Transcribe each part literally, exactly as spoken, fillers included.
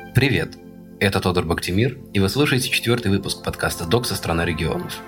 Привет! Это Тодор Бактимир, и вы слушаете четвертый выпуск подкаста «Докса. Страна регионов».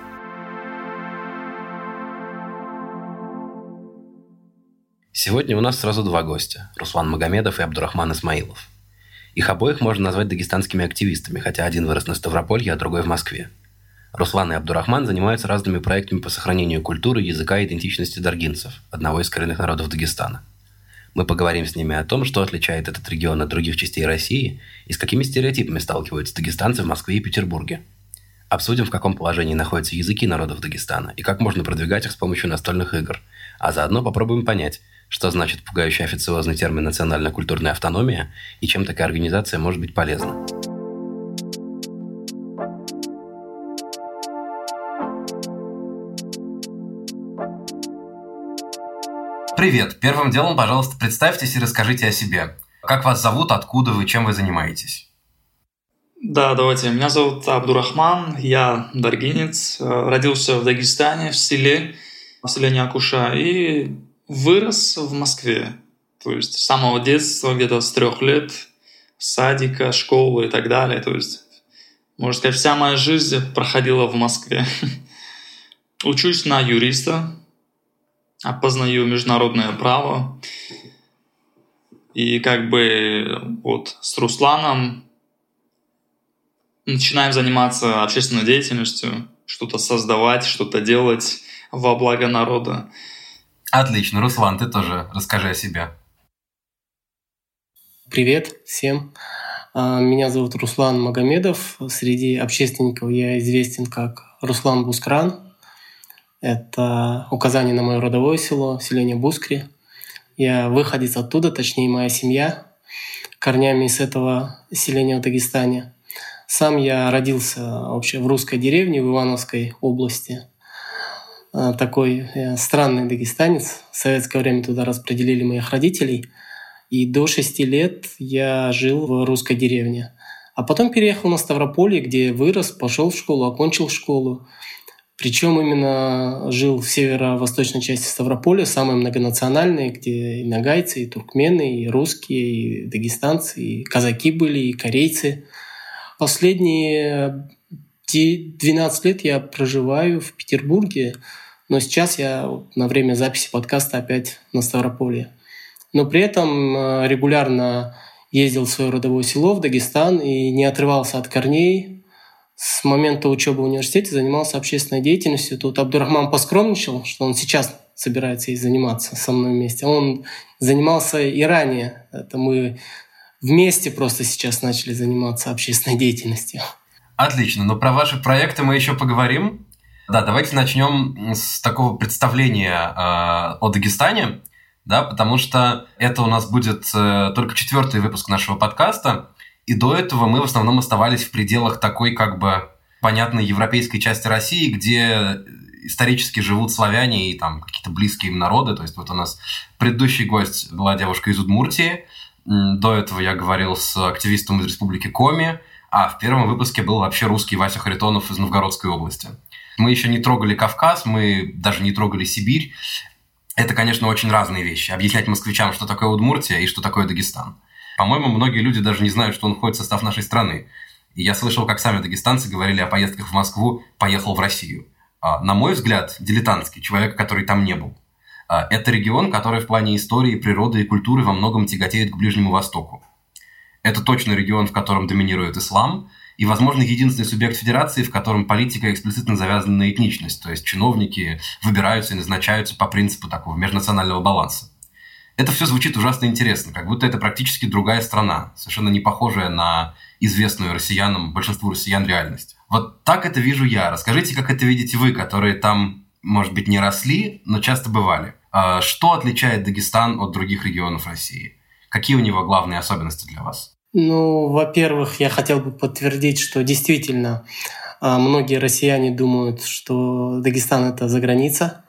Сегодня у нас сразу два гостя – Руслан Магомедов и Абдурахман Исмаилов. Их обоих можно назвать дагестанскими активистами, хотя один вырос на Ставрополье, а другой в Москве. Руслан и Абдурахман занимаются разными проектами по сохранению культуры, языка и идентичности даргинцев, одного из коренных народов Дагестана. Мы поговорим с ними о том, что отличает этот регион от других частей России и с какими стереотипами сталкиваются дагестанцы в Москве и Петербурге. Обсудим, в каком положении находятся языки народов Дагестана и как можно продвигать их с помощью настольных игр. А заодно попробуем понять, что значит пугающий официозный термин «национально-культурная автономия» и чем такая организация может быть полезна. Привет! Первым делом, пожалуйста, представьтесь и расскажите о себе. Как вас зовут, откуда вы, чем вы занимаетесь? Да, давайте. Меня зовут Абдурахман, я даргинец, родился в Дагестане, в селе, в селе Акуша, и вырос в Москве. То есть с самого детства, где-то с трех лет, садика, школы и так далее. То есть, можно сказать, вся моя жизнь проходила в Москве. Учусь на юриста. Познаю международное право. И как бы вот с Русланом начинаем заниматься общественной деятельностью, что-то создавать, что-то делать во благо народа. Отлично. Руслан, ты тоже расскажи о себе. Привет всем. Меня зовут Руслан Магомедов. Среди общественников я известен как Руслан Бускран. Это указание на мое родовое село, селение Бускри. Я выходец оттуда, точнее, моя семья, корнями из этого селения в Дагестане. Сам я родился вообще в русской деревне в Ивановской области. Такой странный дагестанец. В советское время туда распределили моих родителей. И до шести лет я жил в русской деревне. А потом переехал на Ставрополье, где вырос, пошел в школу, окончил школу. Причем именно жил в северо-восточной части Ставрополя, самой многонациональной, где и нагайцы, и туркмены, и русские, и дагестанцы, и казаки были, и корейцы. Последние двенадцать лет я проживаю в Петербурге, но сейчас я на время записи подкаста опять на Ставрополье. Но при этом регулярно ездил в свое родовое село, в Дагестан, и не отрывался от корней. С момента учебы в университете занимался общественной деятельностью. Тут Абдурахман поскромничал, что он сейчас собирается ей заниматься со мной вместе. Он занимался и ранее. Это мы вместе просто сейчас начали заниматься общественной деятельностью. Отлично. Но про ваши проекты мы еще поговорим. Да, давайте начнем с такого представления э, о Дагестане, да, потому что это у нас будет э, только четвертый выпуск нашего подкаста. И до этого мы в основном оставались в пределах такой как бы понятной европейской части России, где исторически живут славяне и там какие-то близкие им народы. То есть вот у нас предыдущий гость была девушка из Удмуртии. До этого я говорил с активистом из республики Коми. А в первом выпуске был вообще русский Вася Харитонов из Новгородской области. Мы еще не трогали Кавказ, мы даже не трогали Сибирь. Это, конечно, очень разные вещи. Объяснять москвичам, что такое Удмуртия и что такое Дагестан. По-моему, многие люди даже не знают, что он входит в состав нашей страны. И я слышал, как сами дагестанцы говорили о поездках в Москву, поехал в Россию. На мой взгляд, дилетантский, человек, который там не был. Это регион, который в плане истории, природы и культуры во многом тяготеет к Ближнему Востоку. Это точно регион, в котором доминирует ислам, и, возможно, единственный субъект федерации, в котором политика эксплицитно завязана на этничность, то есть чиновники выбираются и назначаются по принципу такого межнационального баланса. Это все звучит ужасно интересно, как будто это практически другая страна, совершенно не похожая на известную россиянам, большинству россиян реальность. Вот так это вижу я. Расскажите, как это видите вы, которые там, может быть, не росли, но часто бывали. Что отличает Дагестан от других регионов России? Какие у него главные особенности для вас? Ну, во-первых, я хотел бы подтвердить, что действительно многие россияне думают, что Дагестан — это заграница.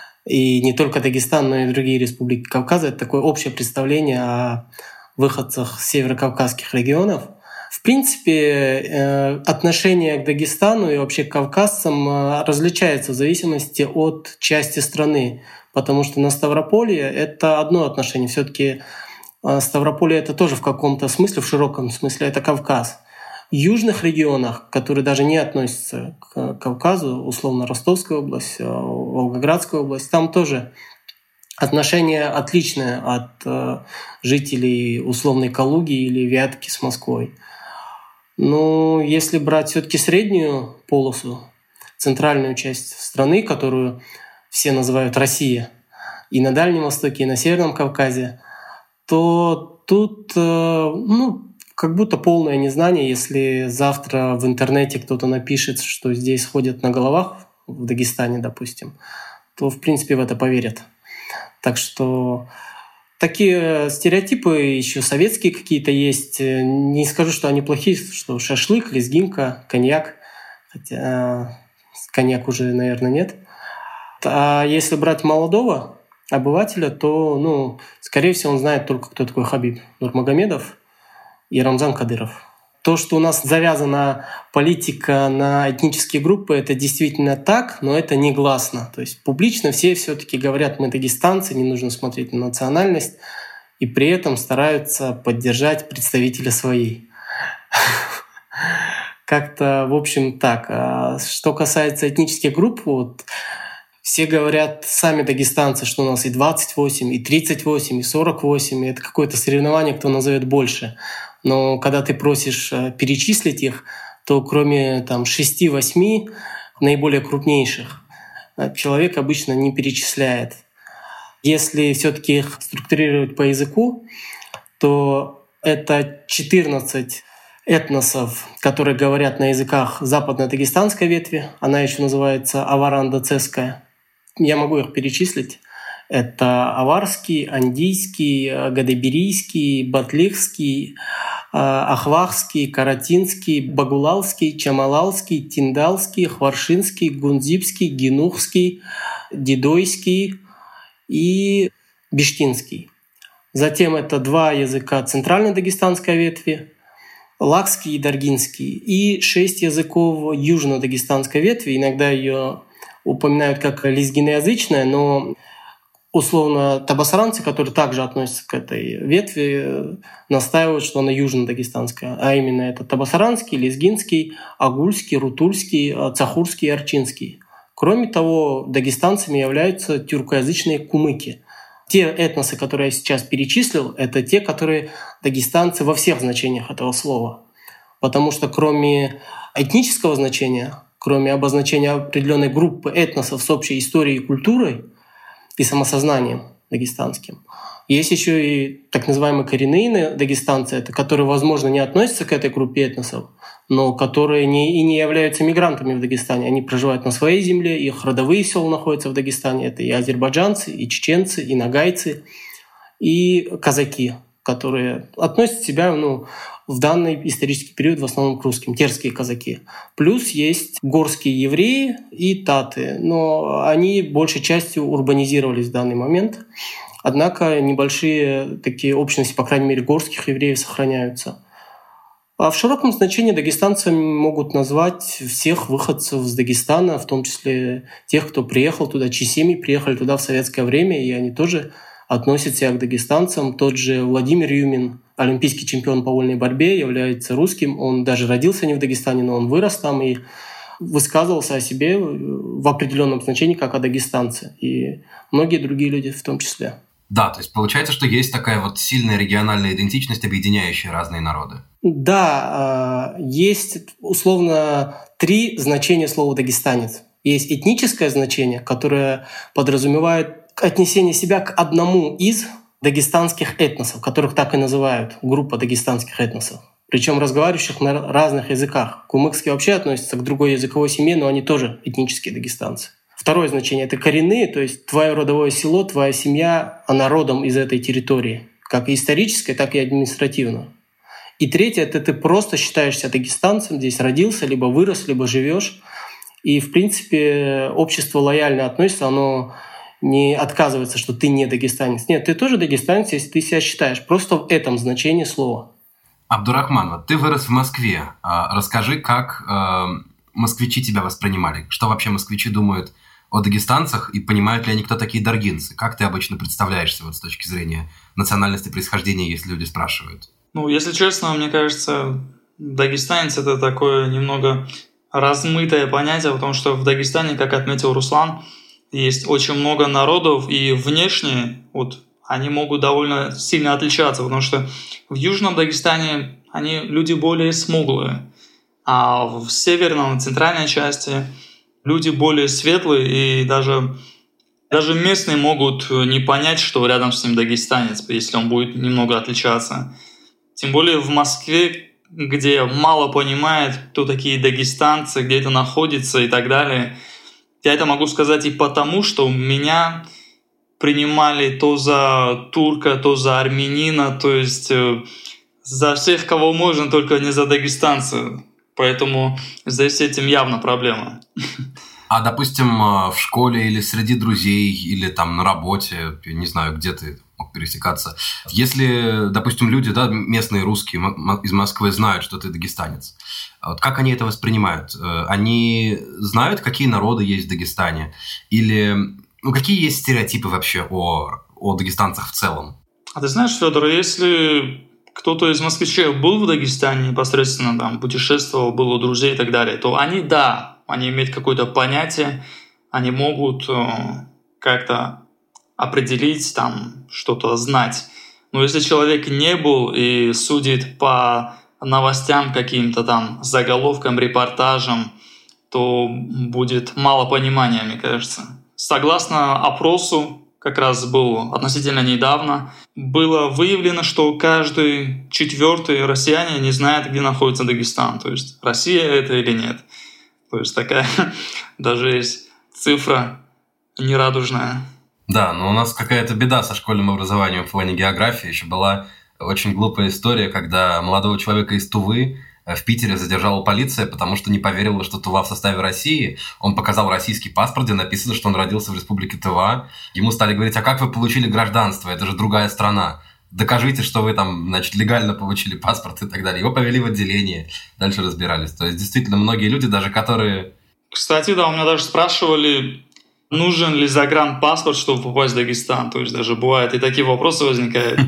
И не только Дагестан, но и другие республики Кавказа. Это такое общее представление о выходцах северокавказских регионов. В принципе, отношение к Дагестану и вообще к кавказцам различается в зависимости от части страны. Потому что на Ставрополье это одно отношение. Все-таки Ставрополье — это тоже в каком-то смысле, в широком смысле, это Кавказ. В южных регионах, которые даже не относятся к Кавказу, условно Ростовская область, Волгоградская область, там тоже отношение отличное от жителей условной Калуги или Вятки с Москвой. Но если брать все-таки среднюю полосу, центральную часть страны, которую все называют Россия, и на Дальнем Востоке, и на Северном Кавказе, то тут, ну, как будто полное незнание. Если завтра в интернете кто-то напишет, что здесь ходят на головах, в Дагестане, допустим, то, в принципе, в это поверят. Так что такие стереотипы еще советские какие-то есть. Не скажу, что они плохие, что шашлык, лезгинка, коньяк. Хотя коньяк уже, наверное, нет. А если брать молодого обывателя, то, ну, скорее всего, он знает только, кто такой Хабиб Нурмагомедов и Рамзан Кадыров. То, что у нас завязана политика на этнические группы, это действительно так, но это негласно. То есть публично все все-таки говорят, мы дагестанцы, не нужно смотреть на национальность, и при этом стараются поддержать представителя своей. Как-то, в общем, так. А что касается этнических групп, вот, все говорят, сами дагестанцы, что у нас и двадцать восемь, и тридцать восемь, и сорок восемь, и это какое-то соревнование, кто назовет больше. Но когда ты просишь перечислить их, то кроме там шести-восьми наиболее крупнейших человек обычно не перечисляет. Если все-таки их структурировать по языку, то это четырнадцать этносов, которые говорят на языках западно-дагестанской ветви. Она еще называется аваро-андоцесская. Я могу их перечислить. Это аварский, андийский, гадеберийский, батлихский, ахвахский, каратинский, багулалский, чамалалский, тиндалский, хваршинский, гунзибский, генухский, дидойский и биштинский. Затем это два языка центральной дагестанской ветви, лакский и даргинский, и шесть языков южно-дагестанской ветви. Иногда ее упоминают как лезгиноязычная, но условно табасаранцы, которые также относятся к этой ветви, настаивают, что она южно-дагестанская. А именно это табасаранский, лезгинский, агульский, рутульский, цахурский и арчинский. Кроме того, дагестанцами являются тюркоязычные кумыки. Те этносы, которые я сейчас перечислил, это те, которые дагестанцы во всех значениях этого слова. Потому что кроме этнического значения, кроме обозначения определенной группы этносов с общей историей и культурой и самосознанием дагестанским, есть еще и так называемые коренные дагестанцы, это которые, возможно, не относятся к этой группе этносов, но которые не, и не являются мигрантами в Дагестане. Они проживают на своей земле, их родовые села находятся в Дагестане. Это и азербайджанцы, и чеченцы, и нагайцы, и казаки, которые относят себя, ну, в данный исторический период в основном к русским, терские казаки. Плюс есть горские евреи и таты, но они большей частью урбанизировались в данный момент. Однако небольшие такие общности, по крайней мере, горских евреев сохраняются. А в широком значении дагестанцами могут назвать всех выходцев с Дагестана, в том числе тех, кто приехал туда, чьи семьи приехали туда в советское время, и они тоже относят себя к дагестанцам. Тот же Владимир Юмин, олимпийский чемпион по вольной борьбе, является русским. Он даже родился не в Дагестане, но он вырос там и высказывался о себе в определенном значении как о дагестанце. И многие другие люди в том числе. Да, то есть получается, что есть такая вот сильная региональная идентичность, объединяющая разные народы. Да, есть условно три значения слова «дагестанец». Есть этническое значение, которое подразумевает отнесение себя к одному из дагестанских этносов, которых так и называют, группа дагестанских этносов. Причем разговаривающих на разных языках. Кумыкские вообще относятся к другой языковой семье, но они тоже этнические дагестанцы. Второе значение — это коренные, то есть твое родовое село, твоя семья, она родом из этой территории, как и исторической, так и административно. И третье — это ты просто считаешься дагестанцем, здесь родился, либо вырос, либо живешь. И, в принципе, общество лояльно относится, оно не отказывается, что ты не дагестанец. Нет, ты тоже дагестанец, если ты себя считаешь. Просто в этом значении слова. Абдурахман, вот ты вырос в Москве. Расскажи, как москвичи тебя воспринимали? Что вообще москвичи думают о дагестанцах и понимают ли они, кто такие даргинцы? Как ты обычно представляешься вот с точки зрения национальности происхождения, если люди спрашивают? Ну, если честно, мне кажется, дагестанец — это такое немного размытое понятие, потому что в Дагестане, как отметил Руслан, есть очень много народов, и внешне вот, они могут довольно сильно отличаться, потому что в Южном Дагестане они люди более смуглые, а в северном, центральной части люди более светлые, и даже, даже местные могут не понять, что рядом с ним дагестанец, если он будет немного отличаться. Тем более в Москве, где мало понимает, кто такие дагестанцы, где это находится и так далее. Я это могу сказать и потому, что меня принимали то за турка, то за армянина, то есть э, за всех, кого можно, только не за дагестанца. Поэтому здесь с этим явно проблема. А, допустим, в школе или среди друзей, или там на работе, я не знаю, где ты мог пересекаться. Если, допустим, люди, да, местные русские из Москвы знают, что ты дагестанец, вот как они это воспринимают? Они знают, какие народы есть в Дагестане? Или ну, какие есть стереотипы вообще о, о дагестанцах в целом? А ты знаешь, Федор, если кто-то из москвичей был в Дагестане непосредственно, там, путешествовал, был у друзей и так далее, то они, да, они имеют какое-то понятие, они могут э, как-то определить, там, что-то знать. Но если человек не был и судит по новостям каким-то там, заголовкам, репортажам, то будет мало понимания, мне кажется. Согласно опросу, как раз был относительно недавно, было выявлено, что каждый четвертый россиянин не знает, где находится Дагестан. То есть Россия это или нет. То есть такая даже есть цифра нерадужная. Да, но у нас какая-то беда со школьным образованием в плане географии. Еще была очень глупая история, когда молодого человека из Тувы в Питере задержала полиция, потому что не поверила, что Тува в составе России. Он показал российский паспорт, где написано, что он родился в республике Тува. Ему стали говорить: а как вы получили гражданство? Это же другая страна. Докажите, что вы там, значит, легально получили паспорт и так далее. Его повели в отделение, дальше разбирались. То есть, действительно, многие люди, даже которые... Кстати, да, у меня даже спрашивали, нужен ли загранпаспорт, чтобы попасть в Дагестан. То есть, даже бывает и такие вопросы возникают.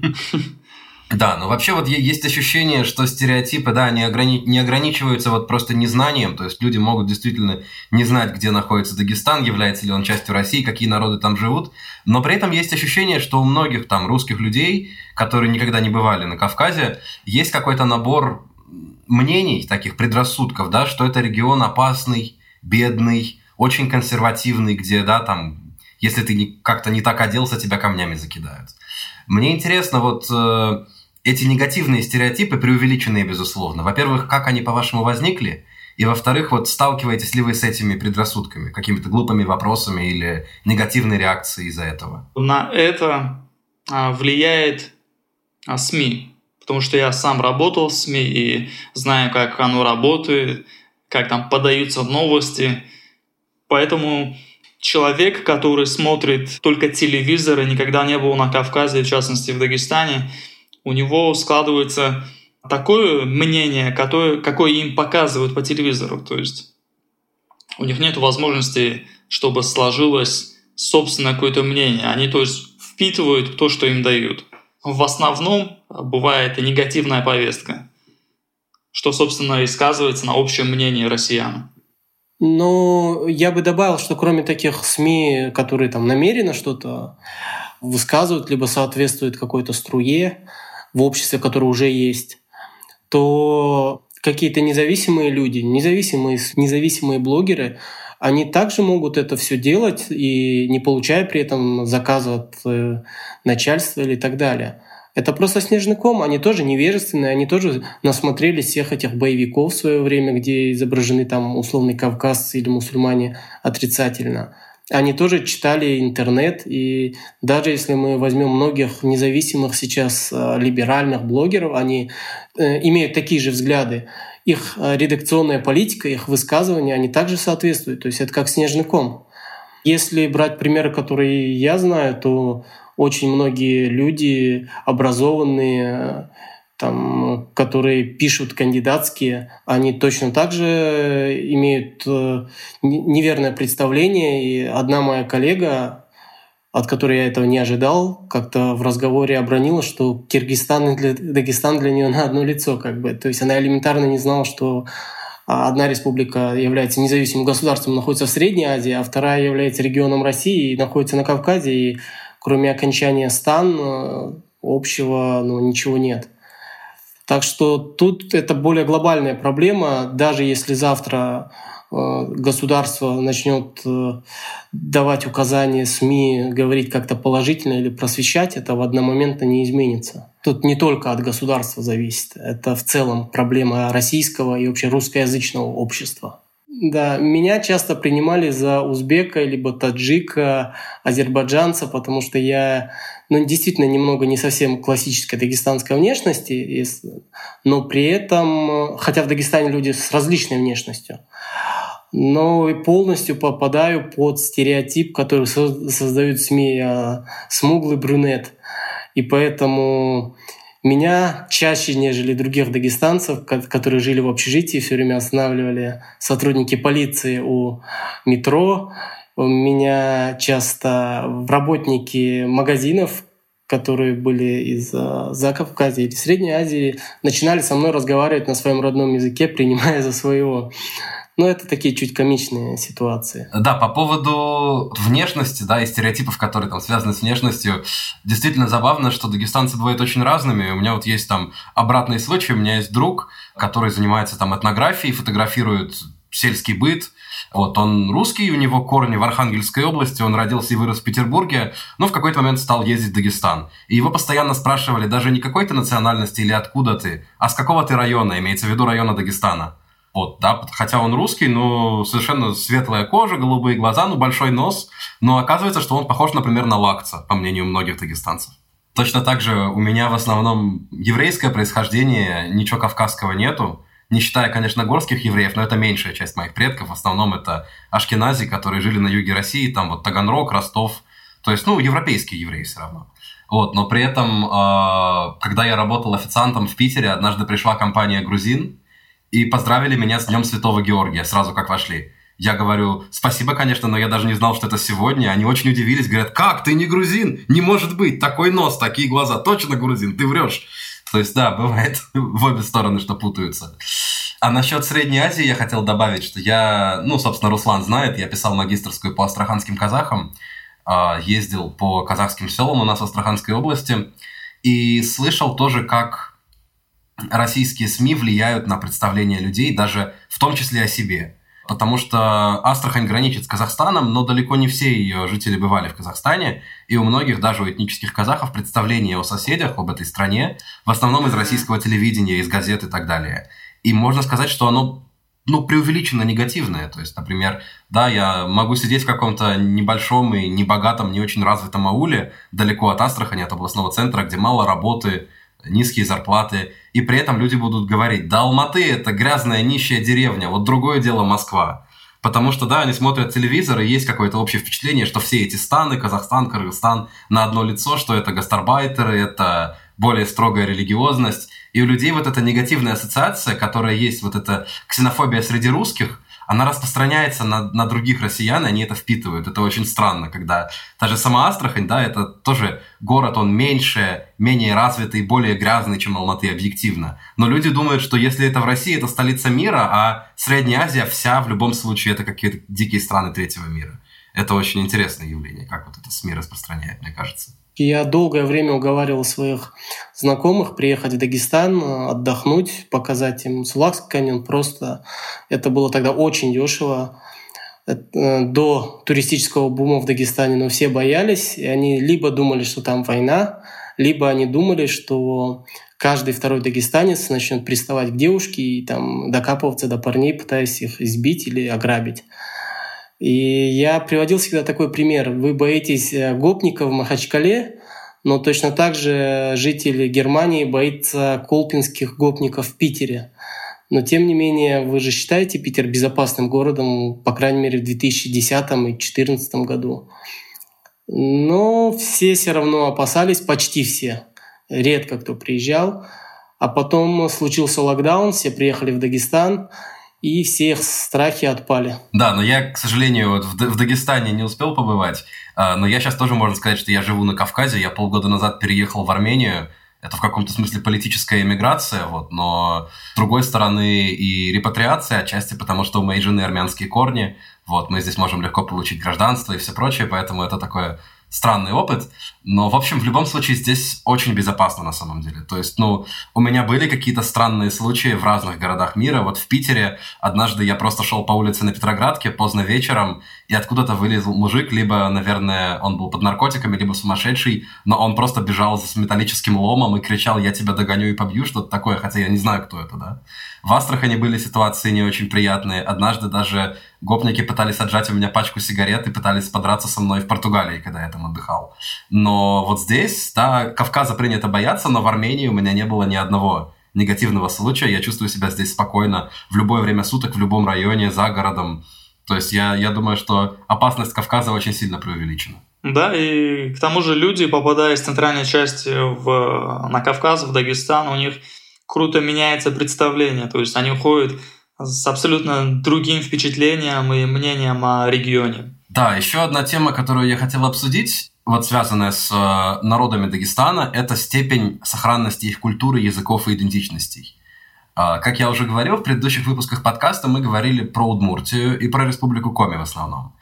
Да, но вообще вот есть ощущение, что стереотипы, да, не, ограни... не ограничиваются вот просто незнанием, то есть люди могут действительно не знать, где находится Дагестан, является ли он частью России, какие народы там живут, но при этом есть ощущение, что у многих там русских людей, которые никогда не бывали на Кавказе, есть какой-то набор мнений, таких предрассудков, да, что это регион опасный, бедный, очень консервативный, где, да, там, если ты как-то не так оделся, тебя камнями закидают. Мне интересно, вот... Э- Эти негативные стереотипы, преувеличенные, безусловно. Во-первых, как они, по-вашему, возникли? И, во-вторых, вот сталкиваетесь ли вы с этими предрассудками, какими-то глупыми вопросами или негативной реакцией из-за этого? На это влияет СМИ, потому что я сам работал в СМИ и знаю, как оно работает, как там подаются новости. Поэтому человек, который смотрит только телевизор и никогда не был на Кавказе, в частности в Дагестане, у него складывается такое мнение, которое, какое им показывают по телевизору. То есть у них нет возможности, чтобы сложилось собственное какое-то мнение. Они, то есть, впитывают то, что им дают. В основном бывает и негативная повестка, что, собственно, и сказывается на общем мнении россиян. Ну, я бы добавил, что кроме таких СМИ, которые там намеренно что-то высказывают, либо соответствуют какой-то струе в обществе, которое уже есть, то какие-то независимые люди, независимые, независимые блогеры, они также могут это все делать и не получая при этом заказа от начальства или так далее. Это просто снежный ком, они тоже невежественные, они тоже насмотрелись всех этих боевиков в свое время, где изображены там условные кавказцы или мусульмане отрицательно. Они тоже читали интернет, и даже если мы возьмем многих независимых сейчас либеральных блогеров, они э, имеют такие же взгляды. Их редакционная политика, их высказывания, они также соответствуют. То есть это как снежный ком. Если брать примеры, которые я знаю, то очень многие люди образованные там, которые пишут кандидатские, они точно так же имеют неверное представление. И одна моя коллега, от которой я этого не ожидал, как-то в разговоре обронила, что Киргизстан и для, Дагестан для нее на одно лицо. Как бы. То есть она элементарно не знала, что одна республика является независимым государством, находится в Средней Азии, а вторая является регионом России и находится на Кавказе. И кроме окончания «стан» общего ну, ничего нет. Так что тут это более глобальная проблема. Даже если завтра государство начнет давать указания СМИ, говорить как-то положительно или просвещать, это в одномоментно не изменится. Тут не только от государства зависит. Это в целом проблема российского и вообще русскоязычного общества. Да, меня часто принимали за узбека, либо таджика, азербайджанца, потому что я ну, действительно немного не совсем классической дагестанской внешности, но при этом, хотя в Дагестане люди с различной внешностью, но и полностью попадаю под стереотип, который создают СМИ, смуглый брюнет. И поэтому меня чаще, нежели других дагестанцев, которые жили в общежитии, все время останавливали сотрудники полиции у метро. Меня часто работники магазинов, которые были из Закавказья или Средней Азии, начинали со мной разговаривать на своем родном языке, принимая за своего. Но это такие чуть комичные ситуации. Да, по поводу внешности, да, и стереотипов, которые там связаны с внешностью, действительно забавно, что дагестанцы бывают очень разными. У меня вот есть там обратный случай. У меня есть друг, который занимается там этнографией, фотографирует сельский быт. Вот он русский, у него корни в Архангельской области, он родился и вырос в Петербурге, но в какой-то момент стал ездить в Дагестан. И его постоянно спрашивали даже не какой ты национальности или откуда ты, а с какого ты района, имеется в виду района Дагестана. Вот, да, хотя он русский, но совершенно светлая кожа, голубые глаза, ну, большой нос. Но оказывается, что он похож, например, на лакца, по мнению многих дагестанцев. Точно так же у меня в основном еврейское происхождение, ничего кавказского нету. Не считая, конечно, горских евреев, но это меньшая часть моих предков. В основном это ашкенази, которые жили на юге России, там вот Таганрог, Ростов. То есть, ну, европейские евреи все равно. Вот, но при этом, когда я работал официантом в Питере, однажды пришла компания грузин, и поздравили меня с Днем Святого Георгия, сразу как вошли. Я говорю, спасибо, конечно, но я даже не знал, что это сегодня. Они очень удивились, говорят, как, ты не грузин? Не может быть, такой нос, такие глаза, точно грузин, ты врешь. То есть, да, бывает в обе стороны, что путаются. А насчет Средней Азии я хотел добавить, что я, ну, собственно, Руслан знает, я писал магистерскую по астраханским казахам, ездил по казахским селам у нас в Астраханской области, и слышал тоже, как российские СМИ влияют на представление людей, даже в том числе о себе. Потому что Астрахань граничит с Казахстаном, но далеко не все ее жители бывали в Казахстане, и у многих, даже у этнических казахов, представление о соседях, об этой стране, в основном из российского телевидения, из газет и так далее. И можно сказать, что оно ну, преувеличенно негативное. То есть, например, да, я могу сидеть в каком-то небольшом и небогатом, не очень развитом ауле, далеко от Астрахани, от областного центра, где мало работы, низкие зарплаты, и при этом люди будут говорить, да, Алматы – это грязная нищая деревня, вот другое дело Москва. Потому что, да, они смотрят телевизор, и есть какое-то общее впечатление, что все эти станы, Казахстан, Кыргызстан, на одно лицо, что это гастарбайтеры, это более строгая религиозность. И у людей вот эта негативная ассоциация, которая есть, вот эта ксенофобия среди русских, она распространяется на, на других россиян, и они это впитывают. Это очень странно, когда та же сама Астрахань, да, это тоже город, он меньше, менее развитый, более грязный, чем Алматы, объективно. Но люди думают, что если это в России, это столица мира, а Средняя Азия вся в любом случае это какие-то дикие страны третьего мира. Это очень интересное явление, как вот это СМИ распространяет, мне кажется. Я долгое время уговаривал своих знакомых приехать в Дагестан, отдохнуть, показать им Сулакский каньон. Просто это было тогда очень дешево. До туристического бума в Дагестане, но все боялись. И они либо думали, что там война, либо они думали, что каждый второй дагестанец начнет приставать к девушке и там докапываться до парней, пытаясь их избить или ограбить. И я приводил всегда такой пример. Вы боитесь гопников в Махачкале, но точно так же жители Германии боятся колпинских гопников в Питере. Но тем не менее, вы же считаете Питер безопасным городом, по крайней мере, в две тысячи десятом и две тысячи четырнадцатом году. Но все все равно опасались, почти все. Редко кто приезжал. А потом случился локдаун, все приехали в Дагестан, и все их страхи отпали. Да, но я, к сожалению, вот в, Д- в Дагестане не успел побывать, а, но я сейчас тоже, можно сказать, что я живу на Кавказе, я полгода назад переехал в Армению, это в каком-то смысле политическая эмиграция, вот, но с другой стороны и репатриация отчасти, потому что у моей жены армянские корни, вот, мы здесь можем легко получить гражданство и все прочее, поэтому это такое странный опыт, но, в общем, в любом случае здесь очень безопасно на самом деле. То есть, ну, у меня были какие-то странные случаи в разных городах мира. Вот в Питере однажды я просто шел по улице на Петроградке поздно вечером, и откуда-то вылезл мужик, либо, наверное, он был под наркотиками, либо сумасшедший, но он просто бежал с металлическим ломом и кричал: «Я тебя догоню и побью», что-то такое, хотя я не знаю, кто это, да. В Астрахани были ситуации не очень приятные. Однажды даже гопники пытались отжать у меня пачку сигарет и пытались подраться со мной в Португалии, когда я там отдыхал. Но вот здесь, да, Кавказа принято бояться, но в Армении у меня не было ни одного негативного случая. Я чувствую себя здесь спокойно в любое время суток, в любом районе, за городом. То есть я, я думаю, что опасность Кавказа очень сильно преувеличена. Да, и к тому же люди, попадая из центральной части в, на Кавказ, в Дагестан, у них круто меняется представление. То есть они уходят с абсолютно другим впечатлением и мнением о регионе. Да, еще одна тема, которую я хотел обсудить, вот связанная с э, народами Дагестана, это степень сохранности их культуры, языков и идентичностей. Э, как я уже говорил, в предыдущих выпусках подкаста мы говорили про Удмуртию и про Республику Коми в основном.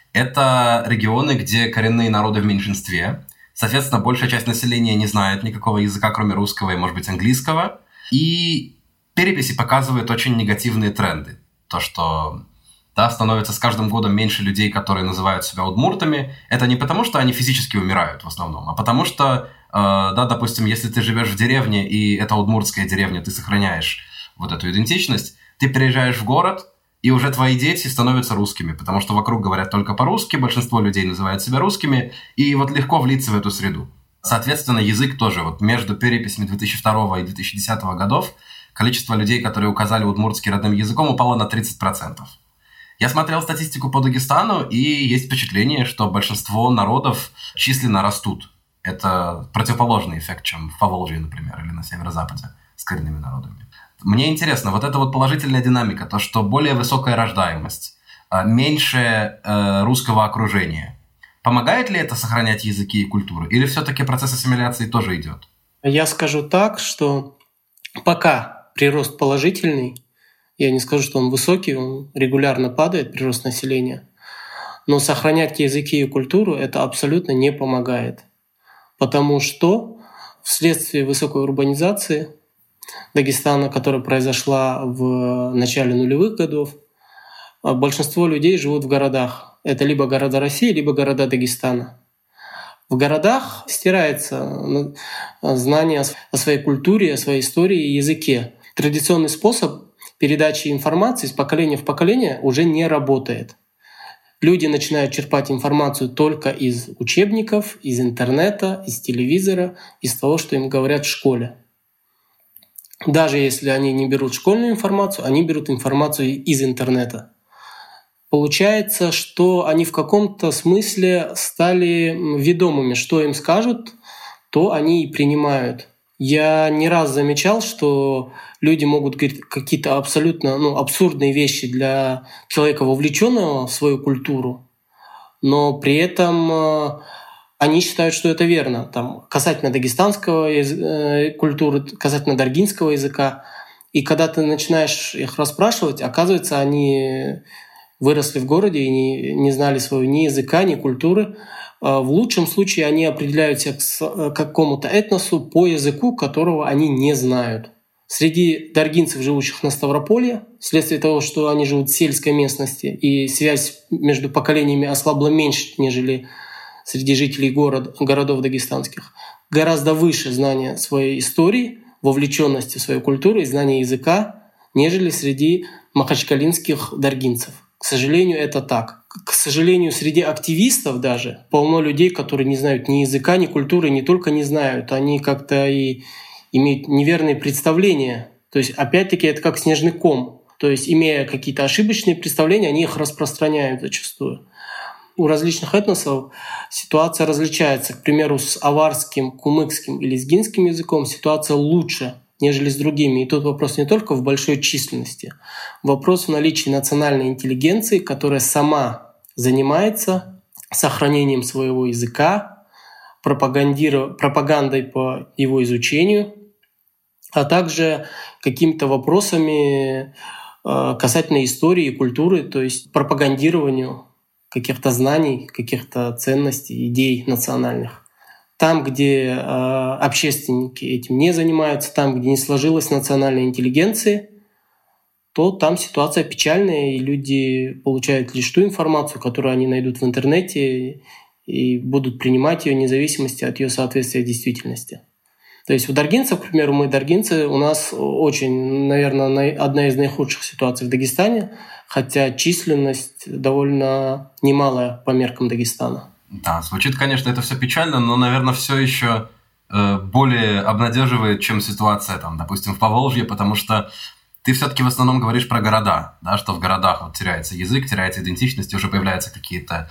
Это регионы, где коренные народы в меньшинстве. Соответственно, большая часть населения не знает никакого языка, кроме русского и, может быть, английского. И переписи показывают очень негативные тренды. То, что да, становится с каждым годом меньше людей, которые называют себя удмуртами. Это не потому, что они физически умирают в основном, а потому что, э, да, допустим, если ты живешь в деревне, и это удмуртская деревня, ты сохраняешь вот эту идентичность, ты переезжаешь в город, и уже твои дети становятся русскими, потому что вокруг говорят только по-русски, большинство людей называют себя русскими, и вот легко влиться в эту среду. Соответственно, язык тоже. Вот между переписями две тысячи второго и две тысячи десятого годов количество людей, которые указали удмуртский родным языком, упало на тридцать процентов. Я смотрел статистику по Дагестану, и есть впечатление, что большинство народов численно растут. Это противоположный эффект, чем в Поволжье, например, или на северо-западе с коренными народами. Мне интересно, вот эта вот положительная динамика, то, что более высокая рождаемость, меньше э, русского окружения, помогает ли это сохранять языки и культуру? Или все-таки процесс ассимиляции тоже идет? Я скажу так, что пока прирост положительный, я не скажу, что он высокий, он регулярно падает, прирост населения, но сохранять языки и культуру это абсолютно не помогает. Потому что вследствие высокой урбанизации Дагестана, которая произошла в начале нулевых годов, большинство людей живут в городах. Это либо города России, либо города Дагестана. В городах стирается знание о своей культуре, о своей истории и языке. Традиционный способ передачи информации из поколения в поколение уже не работает. Люди начинают черпать информацию только из учебников, из интернета, из телевизора, из того, что им говорят в школе. Даже если они не берут школьную информацию, они берут информацию из интернета. Получается, что они в каком-то смысле стали ведомыми, что им скажут, то они и принимают. Я не раз замечал, что люди могут говорить какие-то абсолютно ну, абсурдные вещи для человека, вовлеченного в свою культуру, но при этом они считают, что это верно. Там, касательно дагестанского языка, культуры, касательно даргинского языка. И когда ты начинаешь их расспрашивать, оказывается, они выросли в городе и не, не знали своего ни языка, ни культуры. В лучшем случае они определяют себя к какому-то этносу по языку, которого они не знают. Среди даргинцев, живущих на Ставрополье, вследствие того, что они живут в сельской местности, и связь между поколениями ослабла меньше, нежели среди жителей город, городов дагестанских, гораздо выше знания своей истории, вовлеченности в свою культуру и знания языка, нежели среди махачкалинских даргинцев. К сожалению, это так. К сожалению, среди активистов даже полно людей, которые не знают ни языка, ни культуры, не только не знают, они как-то и имеют неверные представления. То есть, опять-таки, это как снежный ком. То есть, имея какие-то ошибочные представления, они их распространяют зачастую. У различных этносов ситуация различается. К примеру, с аварским, кумыкским или лезгинским языком ситуация лучше нежели с другими. И тут вопрос не только в большой численности. Вопрос в наличии национальной интеллигенции, которая сама занимается сохранением своего языка, пропагандой по его изучению, а также какими-то вопросами касательно истории и культуры, то есть пропагандированию каких-то знаний, каких-то ценностей, идей национальных. Там, где э, общественники этим не занимаются, там, где не сложилась национальная интеллигенция, то там ситуация печальная, и люди получают лишь ту информацию, которую они найдут в интернете, и будут принимать ее вне зависимости от ее соответствия действительности. То есть у даргинцев, к примеру, мы даргинцы, у нас очень, наверное, одна из наихудших ситуаций в Дагестане, хотя численность довольно немалая по меркам Дагестана. Да, звучит, конечно, это все печально, но, наверное, все еще э, более обнадеживает, чем ситуация, там, допустим, в Поволжье, потому что ты все-таки в основном говоришь про города, да, что в городах вот теряется язык, теряется идентичность, и уже появляются какие-то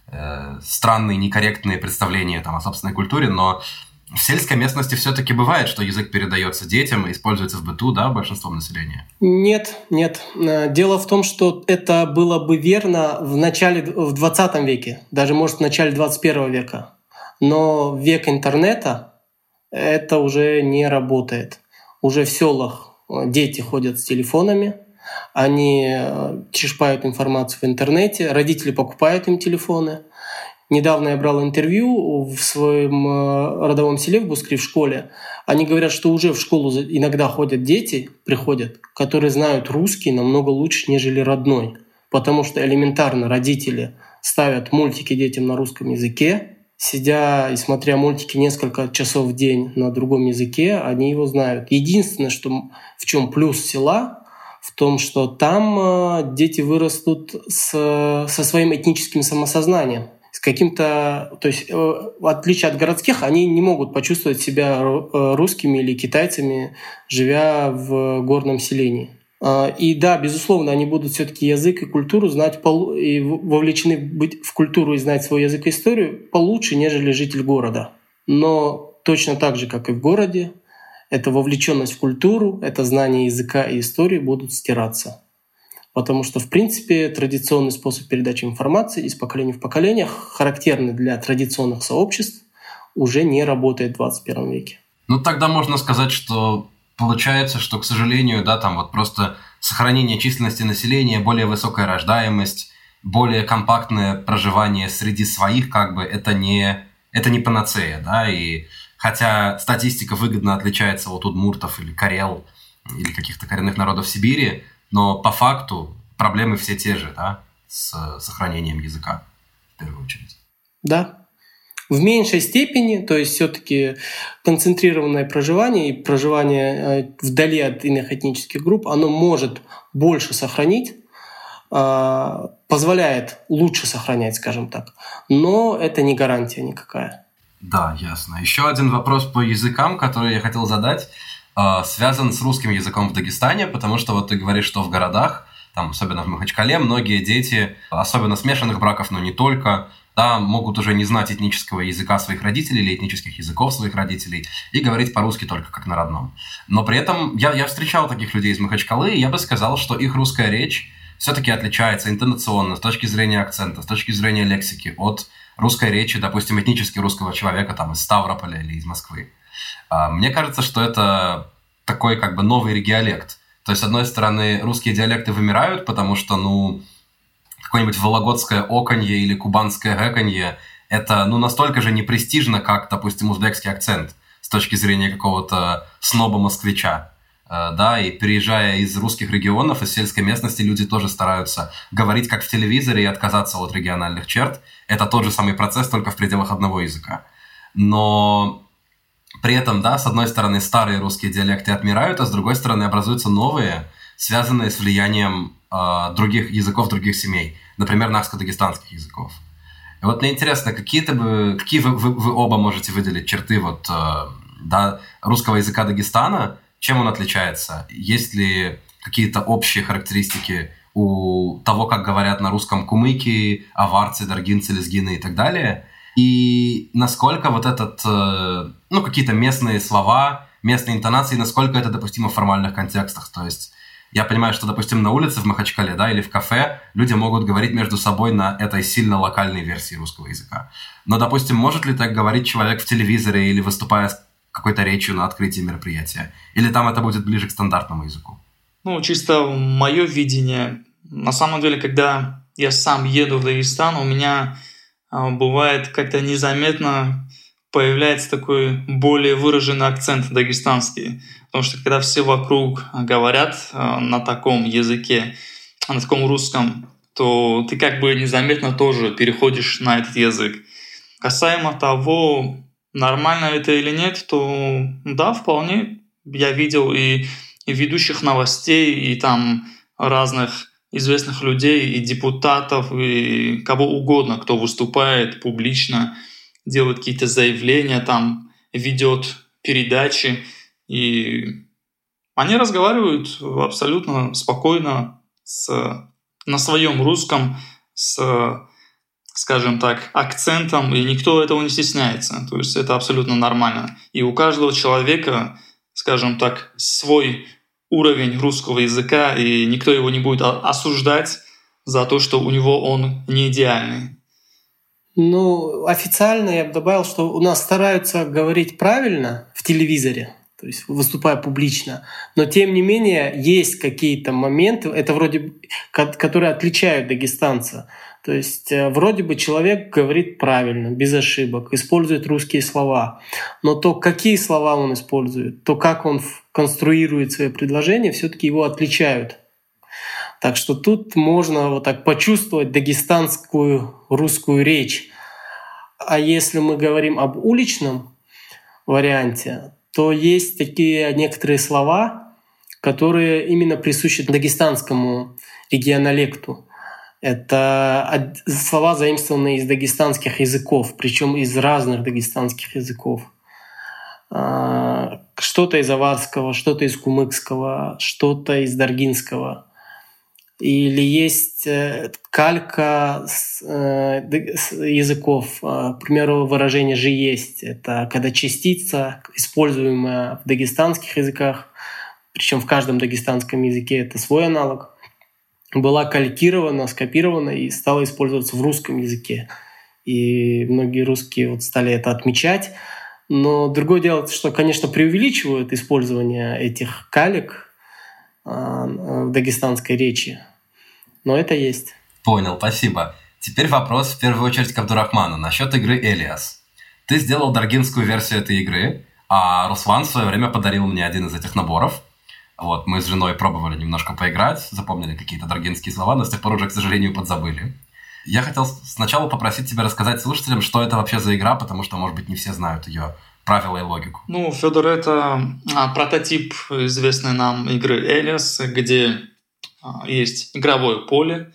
э, странные, некорректные представления там, о собственной культуре, но в сельской местности все-таки бывает, что язык передается детям и используется в быту, да, большинством населения? Нет, нет. Дело в том, что это было бы верно в начале, в двадцатом веке, даже, может, в начале двадцать первого века. Но в век интернета это уже не работает. Уже в селах дети ходят с телефонами, они черпают информацию в интернете, родители покупают им телефоны. Недавно я брал интервью в своем родовом селе, в Бускре, в школе. Они говорят, что уже в школу иногда ходят дети, приходят, которые знают русский намного лучше, нежели родной. Потому что элементарно родители ставят мультики детям на русском языке, сидя и смотря мультики несколько часов в день на другом языке, они его знают. Единственное, что, в чем плюс села, в том, что там дети вырастут с, со своим этническим самосознанием. С каким-то, то есть в отличие от городских, они не могут почувствовать себя русскими или китайцами, живя в горном селении. И да, безусловно, они будут все-таки язык и культуру знать и вовлечены быть в культуру и знать свой язык и историю получше, нежели житель города. Но точно так же, как и в городе, эта вовлеченность в культуру, это знание языка и истории будут стираться. Потому что, в принципе, традиционный способ передачи информации из поколения в поколение, характерный для традиционных сообществ, уже не работает в двадцать первом веке. Ну, тогда можно сказать, что получается, что, к сожалению, да, там вот просто сохранение численности населения, более высокая рождаемость, более компактное проживание среди своих, как бы, это не, это не панацея, да, и хотя статистика выгодно отличается от удмуртов или карел, или каких-то коренных народов Сибири, но по факту проблемы все те же, да, с сохранением языка, в первую очередь. Да. В меньшей степени, то есть все-таки концентрированное проживание и проживание вдали от иных этнических групп, оно может больше сохранить, позволяет лучше сохранять, скажем так, но это не гарантия никакая. Да, ясно. Еще один вопрос по языкам, который я хотел задать, связан с русским языком в Дагестане, потому что вот ты говоришь, что в городах, там, особенно в Махачкале, многие дети, особенно смешанных браков, но не только, да, могут уже не знать этнического языка своих родителей или этнических языков своих родителей и говорить по-русски только как на родном. Но при этом я, я встречал таких людей из Махачкалы, и я бы сказал, что их русская речь все-таки отличается интонационно, с точки зрения акцента, с точки зрения лексики, от русской речи, допустим, этнически русского человека там, из Ставрополя или из Москвы. Мне кажется, что это такой как бы новый региолект. То есть, с одной стороны, русские диалекты вымирают, потому что, ну, какое-нибудь вологодское оканье или кубанское гэканье – это, ну, настолько же непрестижно, как, допустим, узбекский акцент с точки зрения какого-то сноба-москвича. Да, и переезжая из русских регионов, из сельской местности, люди тоже стараются говорить как в телевизоре и отказаться от региональных черт. Это тот же самый процесс, только в пределах одного языка. Но при этом, да, с одной стороны, старые русские диалекты отмирают, а с другой стороны, образуются новые, связанные с влиянием э, других языков, других семей, например, нахско-дагестанских языков. И вот мне интересно, какие-то бы, какие вы, вы, вы оба можете выделить черты вот, э, да, русского языка Дагестана, чем он отличается? Есть ли какие-то общие характеристики у того, как говорят на русском кумыки, аварцы, даргинцы, лезгины и так далее? И насколько вот этот, ну, какие-то местные слова, местной интонации, насколько это допустимо в формальных контекстах. То есть я понимаю, что, допустим, на улице в Махачкале, да, или в кафе люди могут говорить между собой на этой сильно локальной версии русского языка. Но, допустим, может ли так говорить человек в телевизоре или выступая с какой-то речью на открытии мероприятия? Или там это будет ближе к стандартному языку? Ну, чисто мое видение. На самом деле, когда я сам еду в Дагестан, у меня а, бывает как-то незаметно появляется такой более выраженный акцент дагестанский. Потому что когда все вокруг говорят а, на таком языке, на таком русском, то ты как бы незаметно тоже переходишь на этот язык. Касаемо того, нормально это или нет, то да, вполне. Я видел и, и ведущих новостей, и там разных известных людей, и депутатов, и кого угодно, кто выступает публично, делает какие-то заявления, там ведет передачи, и они разговаривают абсолютно спокойно с, на своем русском, с, скажем так, акцентом, и никто этого не стесняется. То есть это абсолютно нормально. И у каждого человека, скажем так, свой уровень русского языка, и никто его не будет осуждать за то, что у него он не идеальный. Ну, официально я бы добавил, что у нас стараются говорить правильно в телевизоре, то есть выступая публично, но тем не менее есть какие-то моменты, это вроде, которые отличают дагестанца. То есть вроде бы человек говорит правильно, без ошибок, использует русские слова, но то, какие слова он использует, то, как он конструирует свои предложения, все-таки его отличают. Так что тут можно вот так почувствовать дагестанскую русскую речь. А если мы говорим об уличном варианте, то есть такие некоторые слова, которые именно присущи дагестанскому регионалекту. Это слова, заимствованные из дагестанских языков, причем из разных дагестанских языков. Что-то из аварского, что-то из кумыкского, что-то из даргинского. Или есть калька с языков. К примеру, выражение «же есть». Это когда частица, используемая в дагестанских языках, причем в каждом дагестанском языке это свой аналог, была калькирована, скопирована и стала использоваться в русском языке. И многие русские вот стали это отмечать. Но другое дело, что, конечно, преувеличивают использование этих калек в дагестанской речи. Но это есть. Понял, спасибо. Теперь вопрос в первую очередь к Абдурахману насчет игры «Элиас». Ты сделал даргинскую версию этой игры, а Руслан в свое время подарил мне один из этих наборов. Вот, мы с женой пробовали немножко поиграть, запомнили какие-то даргинские слова, но с тех пор уже, к сожалению, подзабыли. Я хотел сначала попросить тебя рассказать слушателям, что это вообще за игра, потому что, может быть, не все знают ее правила и логику. Ну, Федор, это а, прототип известной нам игры «Элиас», где а, есть игровое поле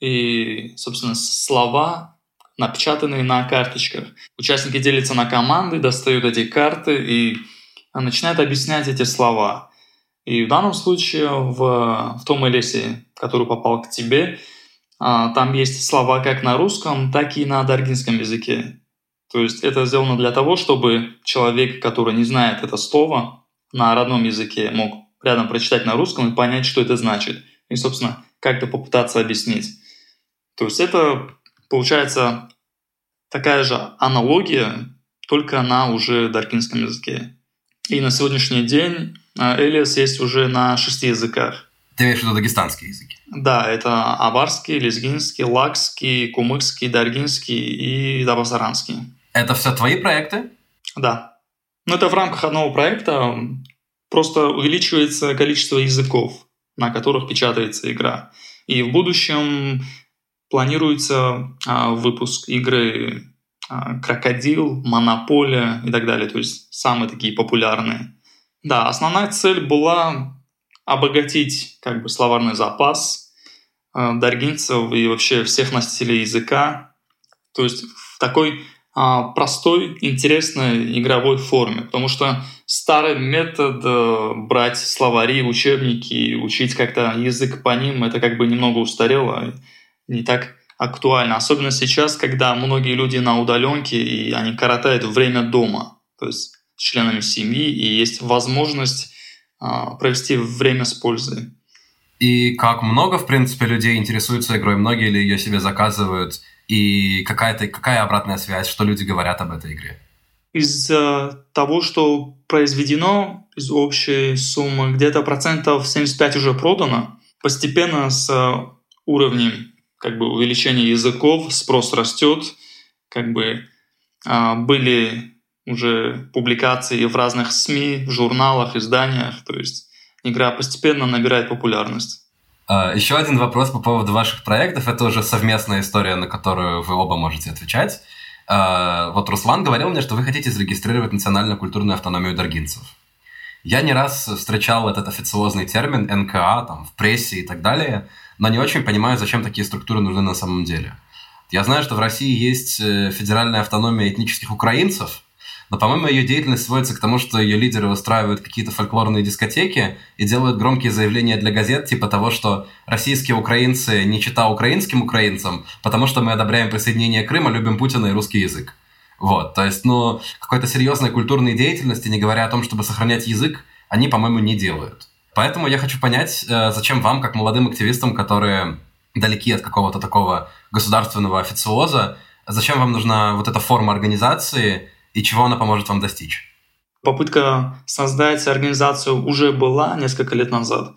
и, собственно, слова, напечатанные на карточках. Участники делятся на команды, достают эти карты и начинают объяснять эти слова. И в данном случае в, в том «Элиасе», который попал к тебе, там есть слова как на русском, так и на даргинском языке. То есть это сделано для того, чтобы человек, который не знает это слово на родном языке, мог рядом прочитать на русском и понять, что это значит. И, собственно, как-то попытаться объяснить. То есть это, получается, такая же аналогия, только на уже даргинском языке. И на сегодняшний день «Элиас» есть уже на шести языках. Ты имеешь в виду дагестанские языки? Да, это аварский, лезгинский, лакский, кумыкский, даргинский и дабасаранский. Это все твои проекты? Да. Но это в рамках одного проекта. Просто увеличивается количество языков, на которых печатается игра. И в будущем планируется а, выпуск игры а, «Крокодил», «Монополия» и так далее. То есть самые такие популярные. Да, основная цель была обогатить как бы словарный запас э, даргинцев и вообще всех носителей языка. То есть в такой э, простой, интересной игровой форме. Потому что старый метод э, брать словари, учебники и учить как-то язык по ним, это как бы немного устарело, не так актуально. Особенно сейчас, когда многие люди на удаленке и они коротают время дома. То есть членами семьи, и есть возможность провести время с пользой. И как много, в принципе, людей интересуются игрой, многие ли ее себе заказывают, и какая-то, какая обратная связь, что люди говорят об этой игре? Из того, что произведено, из общей суммы, где-то процентов семьдесят пять уже продано. Постепенно с уровнем как бы, увеличения языков спрос растет. Как бы, были уже публикации в разных СМИ, в журналах, изданиях. То есть игра постепенно набирает популярность. Еще один вопрос по поводу ваших проектов. Это уже совместная история, на которую вы оба можете отвечать. Вот Руслан говорил мне, что вы хотите зарегистрировать национально-культурную автономию даргинцев. Я не раз встречал этот официозный термин эн ка а там, в прессе и так далее, но не очень понимаю, зачем такие структуры нужны на самом деле. Я знаю, что в России есть федеральная автономия этнических украинцев, но, по-моему, ее деятельность сводится к тому, что ее лидеры устраивают какие-то фольклорные дискотеки и делают громкие заявления для газет, типа того, что российские украинцы не чита украинским украинцам, потому что мы одобряем присоединение Крыма, любим Путина и русский язык. Вот, то есть, ну, какой-то серьезной культурной деятельности, не говоря о том, чтобы сохранять язык, они, по-моему, не делают. Поэтому я хочу понять, зачем вам, как молодым активистам, которые далеки от какого-то такого государственного официоза, зачем вам нужна вот эта форма организации и чего она поможет вам достичь? Попытка создать организацию уже была несколько лет назад.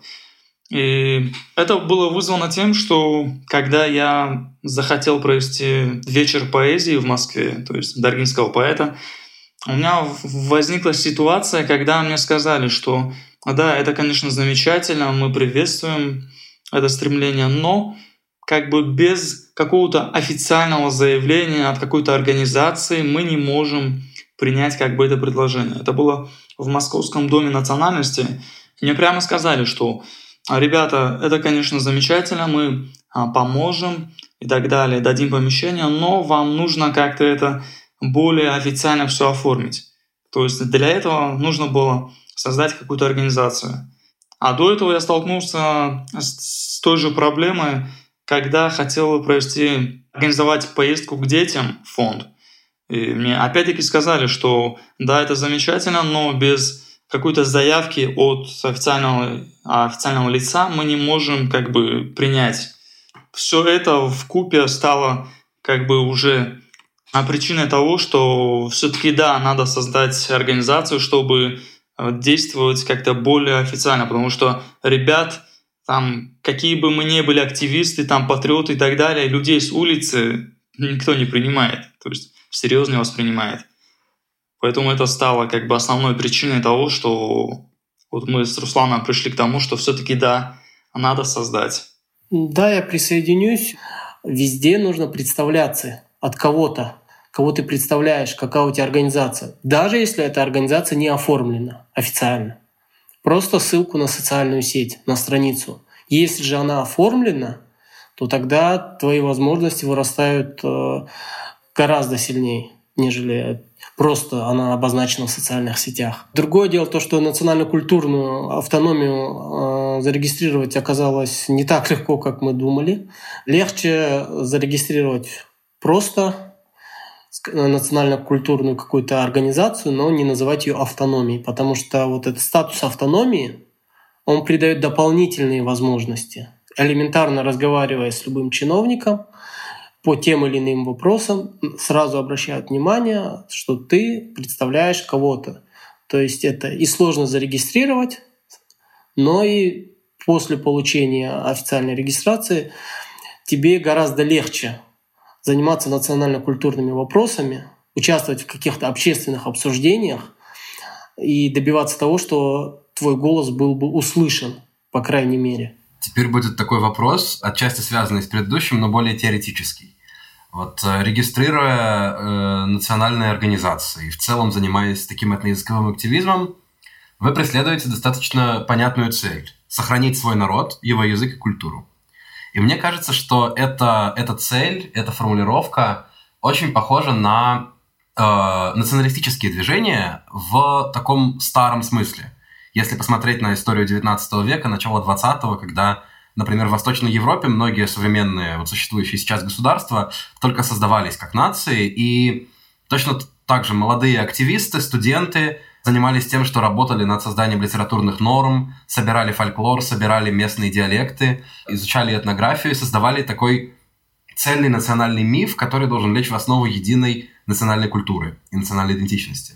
И это было вызвано тем, что когда я захотел провести вечер поэзии в Москве, то есть даргинского поэта, у меня возникла ситуация, когда мне сказали, что да, это, конечно, замечательно, мы приветствуем это стремление, но как бы без какого-то официального заявления от какой-то организации мы не можем принять как бы это предложение. Это было в Московском доме национальности. Мне прямо сказали, что ребята, это, конечно, замечательно, мы поможем и так далее, дадим помещение, но вам нужно как-то это более официально все оформить. То есть для этого нужно было создать какую-то организацию. А до этого я столкнулся с той же проблемой, когда хотел провести, организовать поездку к детям в фонд. И мне опять-таки сказали, что да, это замечательно, но без какой-то заявки от официального, официального лица мы не можем как бы принять. Все это вкупе стало как бы уже причиной того, что все-таки да, надо создать организацию, чтобы действовать как-то более официально, потому что ребят, там, какие бы мы ни были активисты, там, патриоты и так далее, людей с улицы никто не принимает, то есть всерьез не воспринимает. Поэтому это стало как бы основной причиной того, что вот мы с Русланом пришли к тому, что все-таки да, надо создать. Да, я присоединюсь. Везде нужно представляться от кого-то, кого ты представляешь, какая у тебя организация. Даже если эта организация не оформлена официально. Просто ссылку на социальную сеть, на страницу. Если же она оформлена, то тогда твои возможности вырастают гораздо сильнее, нежели просто она обозначена в социальных сетях. Другое дело то, что национально-культурную автономию зарегистрировать оказалось не так легко, как мы думали. Легче зарегистрировать просто национально-культурную какую-то организацию, но не называть ее автономией, потому что вот этот статус автономии, он придает дополнительные возможности. Элементарно разговаривая с любым чиновником по тем или иным вопросам, сразу обращают внимание, что ты представляешь кого-то. То есть это и сложно зарегистрировать, но и после получения официальной регистрации тебе гораздо легче заниматься национально-культурными вопросами, участвовать в каких-то общественных обсуждениях и добиваться того, что твой голос был бы услышан, по крайней мере. Теперь будет такой вопрос, отчасти связанный с предыдущим, но более теоретический. Вот регистрируя э, национальные организации, в целом занимаясь таким этноязыковым активизмом, вы преследуете достаточно понятную цель – сохранить свой народ, его язык и культуру. И мне кажется, что это, эта цель, эта формулировка очень похожа на э, националистические движения в таком старом смысле. Если посмотреть на историю девятнадцатого века, начало двадцатого, когда, например, в Восточной Европе многие современные, вот существующие сейчас государства только создавались как нации, и точно так же молодые активисты, студенты занимались тем, что работали над созданием литературных норм, собирали фольклор, собирали местные диалекты, изучали этнографию и создавали такой цельный национальный миф, который должен лечь в основу единой национальной культуры и национальной идентичности.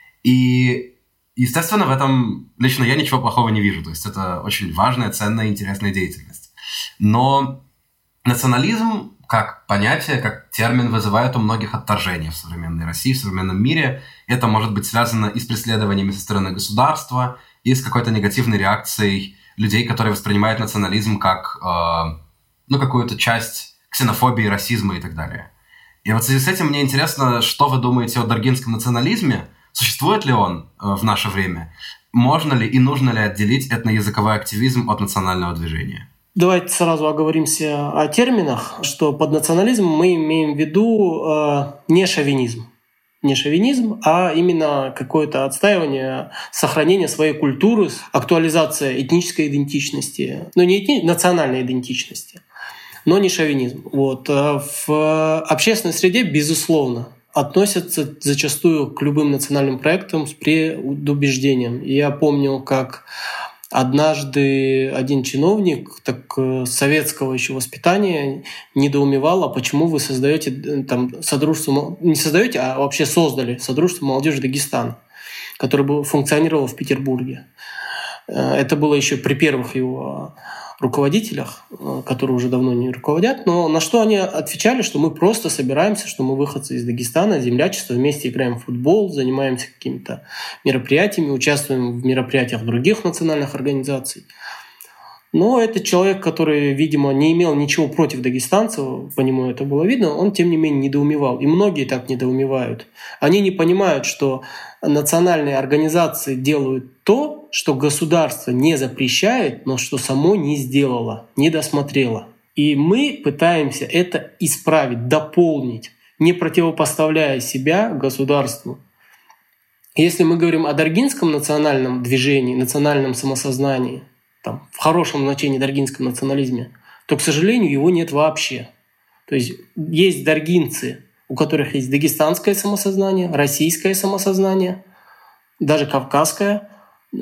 И, естественно, в этом лично я ничего плохого не вижу. То есть это очень важная, ценная, интересная деятельность. Но национализм как понятие, как термин вызывает у многих отторжение в современной России, в современном мире. Это может быть связано и с преследованиями со стороны государства, и с какой-то негативной реакцией людей, которые воспринимают национализм как э, ну, какую-то часть ксенофобии, расизма и так далее. И вот в связи с этим мне интересно, что вы думаете о даргинском национализме? Существует ли он э, в наше время? Можно ли и нужно ли отделить этноязыковой активизм от национального движения? Давайте сразу оговоримся о терминах, что под национализмом мы имеем в виду э, не шовинизм. Не шовинизм, а именно какое-то отстаивание, сохранение своей культуры, актуализация этнической идентичности, ну не этни... национальной идентичности, но не шовинизм. Вот. В общественной среде, безусловно, относятся зачастую к любым национальным проектам с предубеждением. Я помню, как однажды один чиновник так, советского еще воспитания недоумевал, а почему вы создаете там содружество, не создаете, а вообще создали содружество молодежи Дагестана, которое функционировало в Петербурге. Это было еще при первых его руководителях, которые уже давно не руководят, но на что они отвечали, что мы просто собираемся, что мы выходцы из Дагестана, землячество, вместе играем в футбол, занимаемся какими-то мероприятиями, участвуем в мероприятиях других национальных организаций. Но этот человек, который, видимо, не имел ничего против дагестанцев, по нему это было видно, он, тем не менее, недоумевал. И многие так недоумевают. Они не понимают, что национальные организации делают то, что государство не запрещает, но что само не сделало, не досмотрело. И мы пытаемся это исправить, дополнить, не противопоставляя себя государству. Если мы говорим о даргинском национальном движении, национальном самосознании, там, в хорошем значении даргинском национализме, то, к сожалению, его нет вообще. То есть есть даргинцы, у которых есть дагестанское самосознание, российское самосознание, даже кавказское,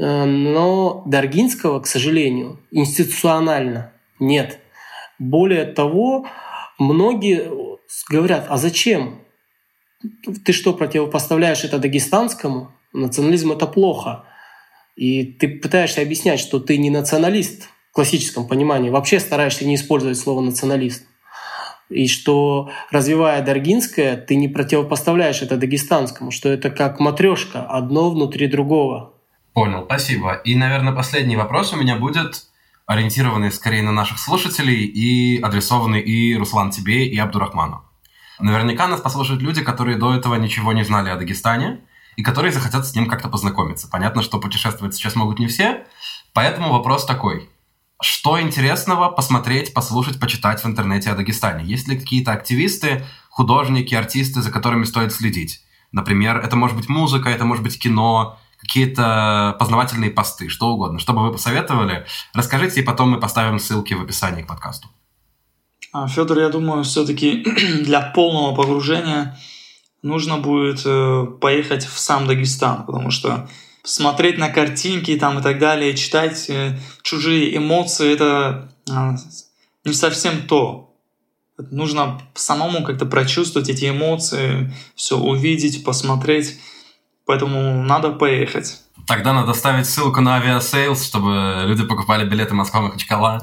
но даргинского, к сожалению, институционально нет. Более того, многие говорят, а зачем? Ты что, противопоставляешь это дагестанскому? Национализм — это плохо. И ты пытаешься объяснять, что ты не националист в классическом понимании, вообще стараешься не использовать слово «националист». И что, развивая даргинское, ты не противопоставляешь это дагестанскому, что это как матрешка, одно внутри другого. Понял, спасибо. И, наверное, последний вопрос у меня будет ориентированный скорее на наших слушателей и адресованный и, Руслан, тебе, и Абдурахману. Наверняка нас послушают люди, которые до этого ничего не знали о Дагестане, и которые захотят с ним как-то познакомиться. Понятно, что путешествовать сейчас могут не все, поэтому вопрос такой. Что интересного посмотреть, послушать, почитать в интернете о Дагестане? Есть ли какие-то активисты, художники, артисты, за которыми стоит следить? Например, это может быть музыка, это может быть кино, какие-то познавательные посты, что угодно. Что бы вы посоветовали, расскажите, и потом мы поставим ссылки в описании к подкасту. Федор, я думаю, все-таки для полного погружения нужно будет э, поехать в сам Дагестан, потому что смотреть на картинки там и так далее, читать э, чужие эмоции — это э, не совсем то. Нужно самому как-то прочувствовать эти эмоции, все увидеть, посмотреть. Поэтому надо поехать. Тогда надо ставить ссылку на авиасейлс, чтобы люди покупали билеты Москва-Махачкала.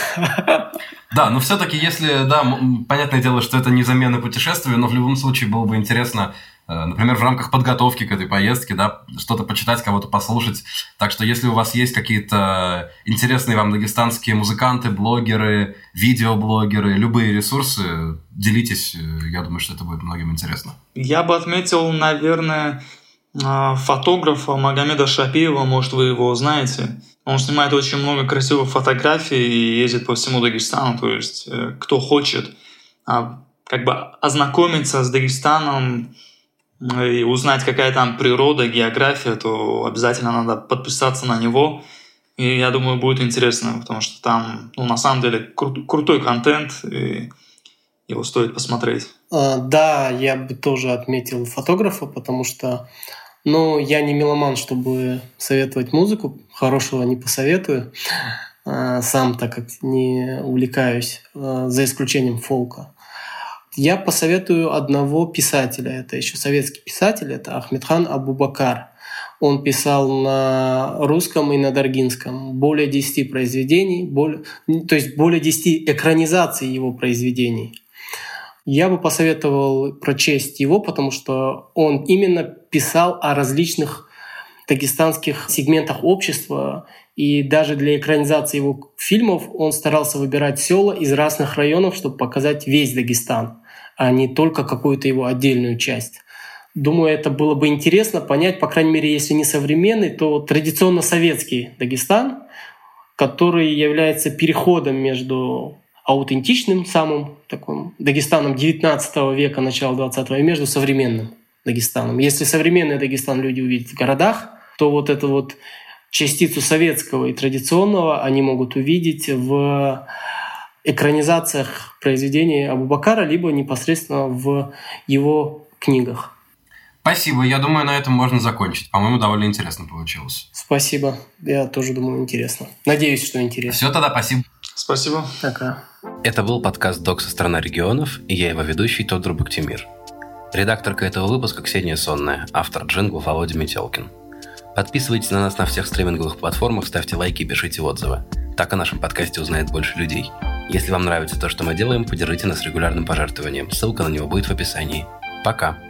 Да, но все-таки, если, да, понятное дело, что это не замена путешествия, но в любом случае было бы интересно, например, в рамках подготовки к этой поездке, да, что-то почитать, кого-то послушать. Так что, если у вас есть какие-то интересные вам дагестанские музыканты, блогеры, видеоблогеры, любые ресурсы, делитесь, я думаю, что это будет многим интересно. Я бы отметил, наверное, фотографа Магомеда Шапиева, может, вы его знаете. Он снимает очень много красивых фотографий и ездит по всему Дагестану. То есть, кто хочет как бы ознакомиться с Дагестаном и узнать, какая там природа, география, то обязательно надо подписаться на него. И я думаю, будет интересно, потому что там, ну, на самом деле, кру- крутой контент, и его стоит посмотреть. Да, я бы тоже отметил фотографа, потому что Но я не меломан, чтобы советовать музыку. Хорошего не посоветую. Сам так как не увлекаюсь, за исключением фолка. Я посоветую одного писателя. Это еще советский писатель. Это Ахмедхан Абубакар. Он писал на русском и на даргинском более десяти произведений, более, то есть более десяти экранизаций его произведений. Я бы посоветовал прочесть его, потому что он именно писал о различных дагестанских сегментах общества, и даже для экранизации его фильмов он старался выбирать села из разных районов, чтобы показать весь Дагестан, а не только какую-то его отдельную часть. Думаю, это было бы интересно понять, по крайней мере, если не современный, то традиционно советский Дагестан, который является переходом между аутентичным самым таким Дагестаном девятнадцатого века, начала двадцатого, и между современным Дагестаном. Если современный Дагестан люди увидят в городах, то вот эту вот частицу советского и традиционного они могут увидеть в экранизациях произведений Абубакара, либо непосредственно в его книгах. Спасибо. Я думаю, на этом можно закончить. По-моему, довольно интересно получилось. Спасибо. Я тоже думаю, интересно. Надеюсь, что интересно. Все, тогда спасибо. Спасибо. Пока. Это был подкаст «Докса. Страна регионов», и я его ведущий Тодор Бактимир. Редакторка этого выпуска Ксения Сонная, автор джингла Володя Метелкин. Подписывайтесь на нас на всех стриминговых платформах, ставьте лайки и пишите отзывы. Так о нашем подкасте узнает больше людей. Если вам нравится то, что мы делаем, поддержите нас регулярным пожертвованием. Ссылка на него будет в описании. Пока.